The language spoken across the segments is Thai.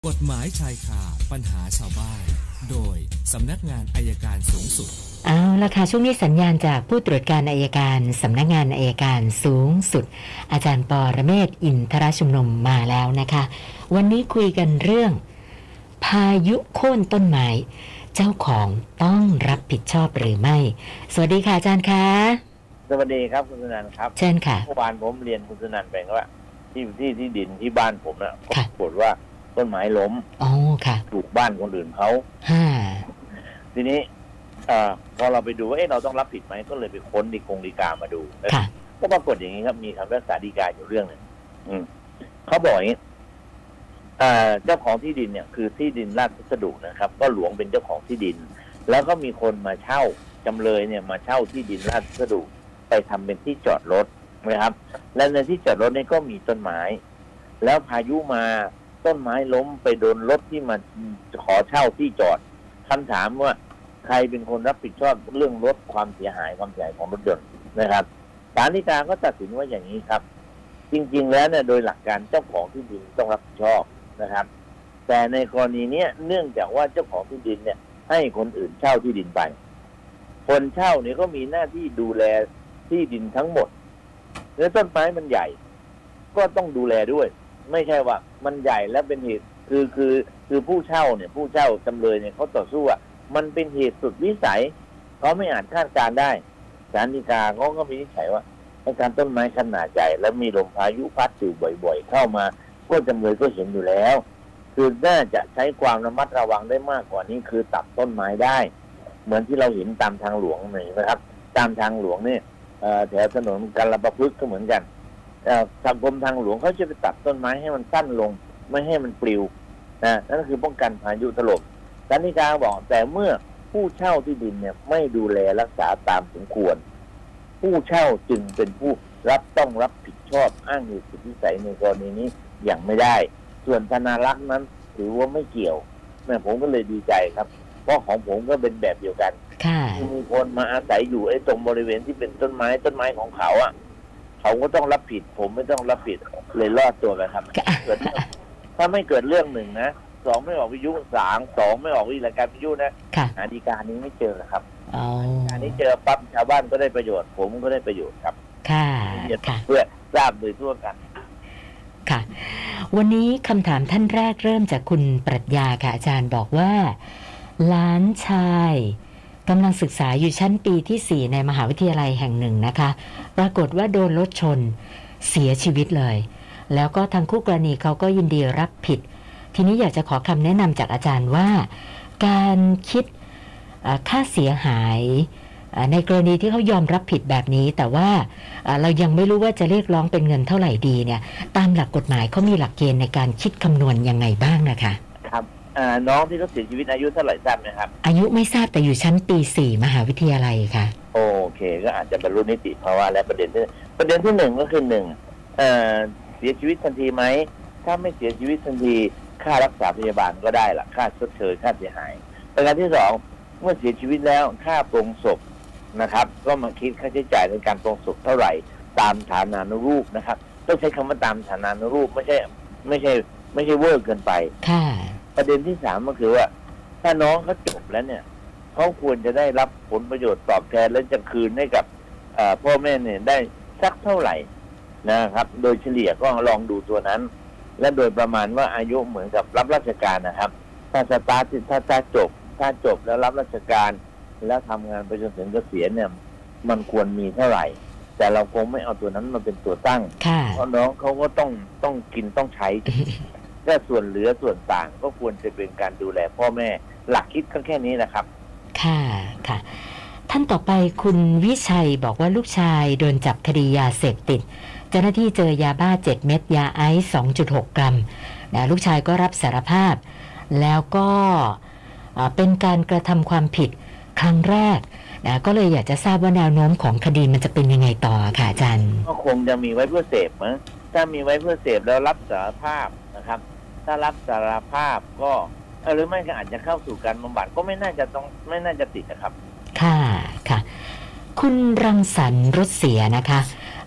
กฎหมายชายคาปัญหาชาวบ้านโดยสำนักงานอัยการสูงสุดเอาละค่ะช่วงนี้สัญญาณจากผู้ตรวจการอัยการสำนักงานอัยการสูงสุดอาจารย์ปรเมศวร์ อินทรชุมนุมมาแล้วนะคะวันนี้คุยกันเรื่องพายุโค่นต้นไม้เจ้าของต้องรับผิดชอบหรือไม่สวัสดีค่ะอาจารย์คะสวัสดีครับคุณสุนันท์ครับเชิญค่ะเมื่อวานผมเรียนคุณสุนันท์ไปว่าที่ดินที่บ้านผมนะปรากฏว่าต้นไม้ล้มอ๋อค่ะถูกบ้านคนอื่นเขาทีนี้พอเราไปดูว่าเราต้องรับผิดไหมก็เลยไปค้นฎีกามาดูก็ปรากฏอย่างนี้ครับมีคำพิพากษาฎีกาอยู่เรื่องนึงเขาบอกอย่างนี้เจ้าของที่ดินเนี่ยคือที่ดินราชพัสดุนะครับก็หลวงเป็นเจ้าของที่ดินแล้วก็มีคนมาเช่าจำเลยเนี่ยมาเช่าที่ดินราชพัสดุไปทำเป็นที่จอดรถนะครับและในที่จอดรถนี่ก็มีต้นไม้แล้วพายุมาต้นไม้ล้มไปโดนรถที่มาขอเช่าที่จอดคำถามว่าใครเป็นคนรับผิดชอบเรื่องลดความเสียหายของรถยนต์นะครับศาลฎีกาก็ตัดสินว่าอย่างนี้ครับจริงๆแล้วเนี่ยโดยหลักการเจ้าของที่ดินต้องรับผิดชอบนะครับแต่ในกรณีนี้เนื่องจากว่าเจ้าของที่ดินเนี่ยให้คนอื่นเช่าที่ดินไปคนเช่าเนี่ยก็มีหน้าที่ดูแลที่ดินทั้งหมดแล้วต้นไม้มันใหญ่ก็ต้องดูแลด้วยไม่ใช่ว่ามันใหญ่แล้วเป็นเหตุคือผู้เช่าเนี่ยผู้เช่าจำเลยเนี่ยเขาต่อสู้ว่ามันเป็นเหตุสุดวิสัยเขาไม่อาจคาดการได้ศาลฎีกาเขาก็วินิจฉัยว่าการต้นไม้ขนาดใหญ่แล้วมีลมพายุพัดอยู่บ่อยๆเข้ามาก็จำเลยก็เห็นอยู่แล้วคือน่าจะใช้ความระมัดระวังได้มากกว่านี้คือตัดต้นไม้ได้เหมือนที่เราเห็นตามทางหลวงนะครับตามทางหลวงเนี่ยแถวถนนกาลประพฤกษ์ก็เหมือนกันทางกรมทางหลวงเขาจะไปตัดต้นไม้ให้มันสั้นลงไม่ให้มันปลิวนั่นคือป้องกันพายุถล่มศาลฎีกาบอกแต่เมื่อผู้เช่าที่ดินเนี่ยไม่ดูแลรักษาตามสมควรผู้เช่าจึงเป็นผู้ต้องรับผิดชอบอ้างเหตุสุดวิสัยในกรณีนี้อย่างไม่ได้ส่วนธนารักษ์นั้นถือว่าไม่เกี่ยวผมก็เลยดีใจครับเพราะของผมก็เป็นแบบเดียวกันมีคนมาอาศัยอยู่ตรงบริเวณที่เป็นต้นไม้ของเขาเขาก็ต้องรับผิดผมไม่ต้องรับผิดเลยรอดตัวไปครับเกิดถ้าไม่เกิดเรื่องหนึ่งนะสองไม่ออกวิทยุสองไม่ออกรายการวิทยุนะฎีกานี้ไม่เจอครับอันนี้เจอปั๊บชาวบ้านก็ได้ประโยชน์ผมก็ได้ประโยชน์ครับค่ะเพื่อทราบโดยทั่วกันค่ะวันนี้คำถามท่านแรกเริ่มจากคุณปรัชญาค่ะอาจารย์บอกว่าหลานชายกำลังศึกษาอยู่ชั้นปีที่4ในมหาวิทยาลัยแห่งหนึ่งนะคะปรากฏว่าโดนรถชนเสียชีวิตเลยแล้วก็ทางคู่กรณีเขาก็ยินดีรับผิดทีนี้อยากจะขอคำแนะนำจากอาจารย์ว่าการคิดค่าเสียหายในกรณีที่เขายอมรับผิดแบบนี้แต่ว่าเรายังไม่รู้ว่าจะเรียกร้องเป็นเงินเท่าไหร่ดีเนี่ยตามหลักกฎหมายเขามีหลักเกณฑ์ในการคิดคำนวณยังไงบ้างนะคะครับน้องที่เขาเสียชีวิตอายุเท่าไหร่ทราบไหมครับอายุไม่ทราบแต่อยู่ชั้นปี4มหาวิทยาลัยค่ะโอเคก็อาจจะบรรลุนิติภาวะและประเด็นที่หนึ่งก็คือเสียชีวิตทันทีไหมถ้าไม่เสียชีวิตทันทีค่ารักษาพยาบาลก็ได้ละค่าชดเชยค่าเสียหายประการที่สองเมื่อเสียชีวิตแล้วค่าปรงศพนะครับก็มาคิดค่าใช้จ่ายในการปรงศพเท่าไหร่ตามฐานานุรูปนะครับต้องใช้คำว่าตามฐานานุรูปไม่ใช่เวอร์เกินไปประเด็นที่สามก็คือว่าถ้าน้องเขาจบแล้วเนี่ยเขาควรจะได้รับผลประโยชน์ตอบแทนและจะคืนให้กับพ่อแม่เนี่ยได้สักเท่าไหร่นะครับโดยเฉลี่ยก็ลองดูตัวนั้นและโดยประมาณว่าอายุเหมือนกับรับราชการนะครับถ้าสตาร์ทถ้าจบแล้วรับราชการแล้วทำงานไปจนถึงเกษียณเนี่ยมันควรมีเท่าไหร่แต่เราคงไม่เอาตัวนั้นมาเป็นตัวตั้งเพราะน้องเขาก็ต้องกินต้องใช้แค่ส่วนเหลือส่วนต่างก็ควรจะเป็นการดูแลพ่อแม่หลักคิดก็แค่นี้นะครับค่ะท่านต่อไปคุณวิชัยบอกว่าลูกชายโดนจับคดียาเสพติดเจ้าหน้าที่เจอยาบ้า7เม็ดยาไอซ์ 2.6 กรัมนะลูกชายก็รับสารภาพแล้วก็เป็นการกระทำความผิดครั้งแรกนะก็เลยอยากจะทราบว่าแนวโน้มของคดีมันจะเป็นยังไงต่อค่ะอาจารย์ก็คงจะมีไว้เพื่อเสพมั้งถ้ามีไว้เพื่อเสพแล้วรับสารภาพนะครับถ้ารับสารภาพก็หรือไม่ก็อาจจะเข้าสู่การบำบัดก็ไม่น่าจะติดนะครับค่ะคุณรังสรรค์รถเสียนะคะ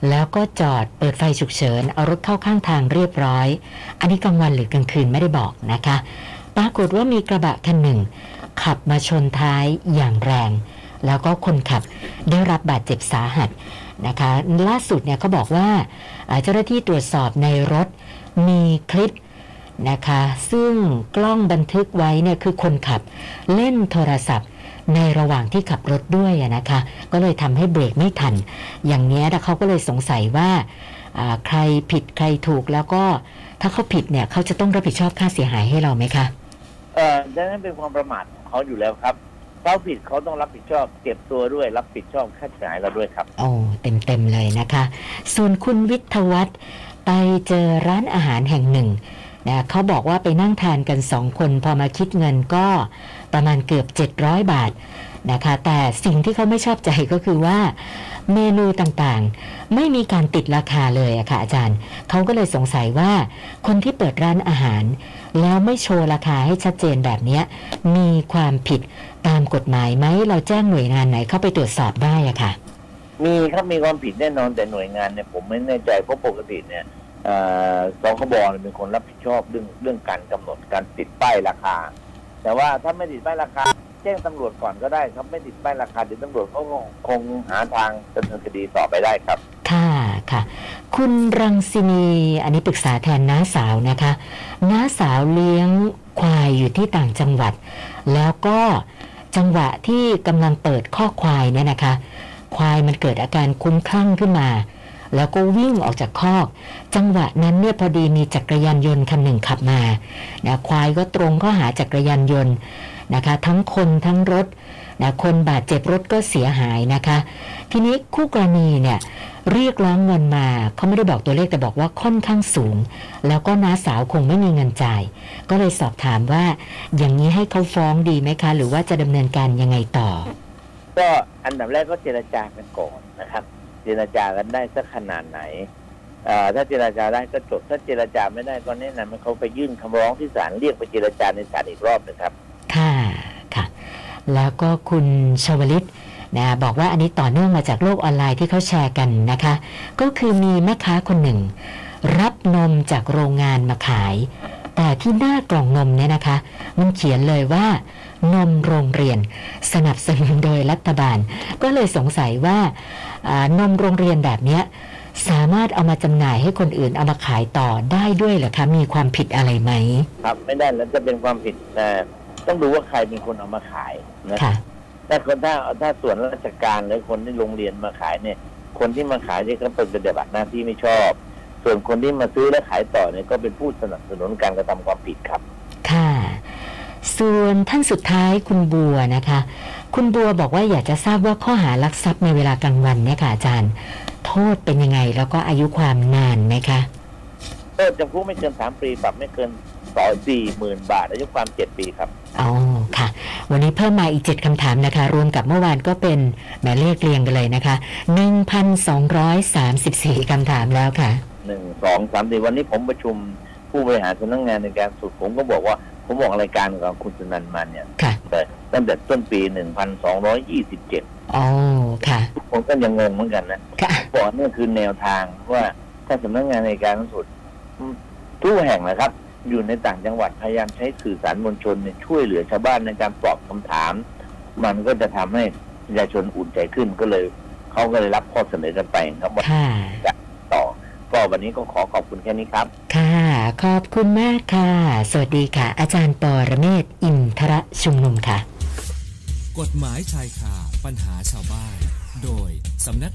แล้วก็จอดเปิดไฟฉุกเฉินเอารถเข้าข้างทางเรียบร้อยอันนี้กลางวันหรือกลางคืนไม่ได้บอกนะคะปรากฏว่ามีกระบะคันหนึ่งขับมาชนท้ายอย่างแรงแล้วก็คนขับได้รับบาดเจ็บสาหัสนะคะล่าสุดเนี่ยเขาบอกว่าเจ้าหน้าที่ตรวจสอบในรถมีคลิปนะคะซึ่งกล้องบันทึกไว้เนี่ยคือคนขับเล่นโทรศัพท์ในระหว่างที่ขับรถด้วยนะคะก็เลยทำให้เบรกไม่ทันอย่างนี้แต่เขาก็เลยสงสัยว่าใครผิดใครถูกแล้วก็ถ้าเขาผิดเนี่ยเขาจะต้องรับผิดชอบค่าเสียหายให้เราไหมคะดังนั้นเป็นความประมาทของเขาอยู่แล้วครับเขาผิดเขาต้องรับผิดชอบเก็บตัวด้วยรับผิดชอบค่าเสียหายเราด้วยครับโอ้เต็มเลยนะคะส่วนคุณวิทยวัฒน์ไปเจอร้านอาหารแห่งหนึ่งนะเขาบอกว่าไปนั่งทานกัน2คนพอมาคิดเงินก็ประมาณเกือบ700บาทนะคะแต่สิ่งที่เขาไม่ชอบใจก็คือว่าเมนูต่างๆไม่มีการติดราคาเลยอะค่ะอาจารย์เขาก็เลยสงสัยว่าคนที่เปิดร้านอาหารแล้วไม่โชว์ราคาให้ชัดเจนแบบนี้มีความผิดตามกฎหมายไหมเราแจ้งหน่วยงานไหนเข้าไปตรวจสอบได้อะค่ะมีครับมีความผิดแน่นอนแต่หน่วยงานเนี่ยผมไม่แน่ใจเพราะปกติเนี่ยสคบเป็นคนรับผิดชอบเรื่องการกำหนดการติดป้ายราคาแต่ว่าถ้าไม่ติดป้ายราคาแจ้งตำรวจก่อนก็ได้ครับไม่ติดป้ายราคาเดี๋ยวตำรวจเขาคงหาทางดำเนินคดีต่อไปได้ครับค่ะคุณรังสินีอันนี้ปรึกษาแทนน้าสาวนะคะน้าสาวเลี้ยงควายอยู่ที่ต่างจังหวัดแล้วก็จังหวะที่กำลังเปิดข้อควายเนี่ยนะคะควายมันเกิดอาการคุ้มคลั่งขึ้นมาแล้วก็วิ่งออกจากคอกจังหวะนั้นเนี่ยพอดีมีจักรยานยนต์คันหนึ่งขับมานะควายก็ตรงเข้าหาจักรยานยนต์นะคะทั้งคนทั้งรถนะคนบาดเจ็บรถก็เสียหายนะคะทีนี้คู่กรณีเนี่ยเรียกร้องเงินมาเขาไม่ได้บอกตัวเลขแต่บอกว่าค่อนข้างสูงแล้วก็น้าสาวคงไม่มีเงินจ่ายก็เลยสอบถามว่าอย่างนี้ให้เขาฟ้องดีไหมคะหรือว่าจะดำเนินการยังไงต่อก็อันดับแรกก็เจรจากันก่อนนะครับเจรจากันได้สักขนาดไหนถ้าเจรจาได้ก็จบถ้าเจรจาไม่ได้ก็แนะนำให้เขาไปยื่นคำร้องที่ศาลเรียกไปเจรจาในศาลอีกรอบนึงครับค่ะแล้วก็คุณชวลิตนะบอกว่าอันนี้ต่อเนื่องมาจากโลกออนไลน์ที่เขาแชร์กันนะคะก็คือมีแม่ค้าคนหนึ่งรับนมจากโรงงานมาขายแต่ที่หน้ากล่องนมเนี่ยนะคะมันเขียนเลยว่านมโรงเรียนสนับสนุนโดยรัฐบาลก็เลยสงสัยว่านมโรงเรียนแบบนี้สามารถเอามาจำหน่ายให้คนอื่นเอามาขายต่อได้ด้วยเหรอคะมีความผิดอะไรไหมครับไม่ได้แล้วจะเป็นความผิดต้องดูว่าใครเป็นคนเอามาขายนะแต่คนถ้าส่วนราชการหรือคนที่โรงเรียนมาขายเนี่ยคนที่มาขายเนี่ยก็เป็นปฏิบัติหน้าที่ไม่ชอบส่วนคนที่มาซื้อและขายต่อเนี่ยก็เป็นผู้สนับสนุนการกระทำความผิดครับค่ะส่วนท่านสุดท้ายคุณบัวนะคะคุณบัวบอกว่าอยากจะทราบว่าข้อหาลักทรัพย์ในเวลากลางวันเนี่ยค่ะอาจารย์โทษเป็นยังไงแล้วก็อายุความนานไหมคะโทษจำคุกไม่เกิน3 ปีปรับไม่เกิน40,000 บาทอายุความ7 ปีครับอ๋อค่ะวันนี้เพิ่มมาอีก7คำถามนะคะรวมกับเมื่อวานก็เป็นหมายเลขเรียงกันเลยนะคะ 1,234 คำถามแล้วค่ะ 1 2 3 4วันนี้ผมประชุมผู้บริหารสำนักงานในการสุดผมก็บอกว่าผมบอกรายการของคุณสุนันท์มาเนี่ยแต่ตั้งแต่ต้นปี1227 อ๋อค่ะผมก็ยังงงเหมือนกันนะบอกนี่คือแนวทางว่าถ้าสำนักงานในการสุดทุกแห่งนะครับอยู่ในต่างจังหวัดพยายามใช้สื่อสารมวลชนช่วยเหลือชาวบ้านในการตอบคำถามมันก็จะทำให้ประชาชนอุ่นใจขึ้นก็เลยเขาก็เลยรับข้อเสนอกันไปครับว่าจะต่อก็วันนี้ก็ขอบคุณแค่นี้ครับค่ะขอบคุณมากค่ะสวัสดีค่ะอาจารย์ปรเมศวร์อินทรชุมนุมค่ะกฎหมายชายคาปัญหาชาวบ้านโดยสำนัก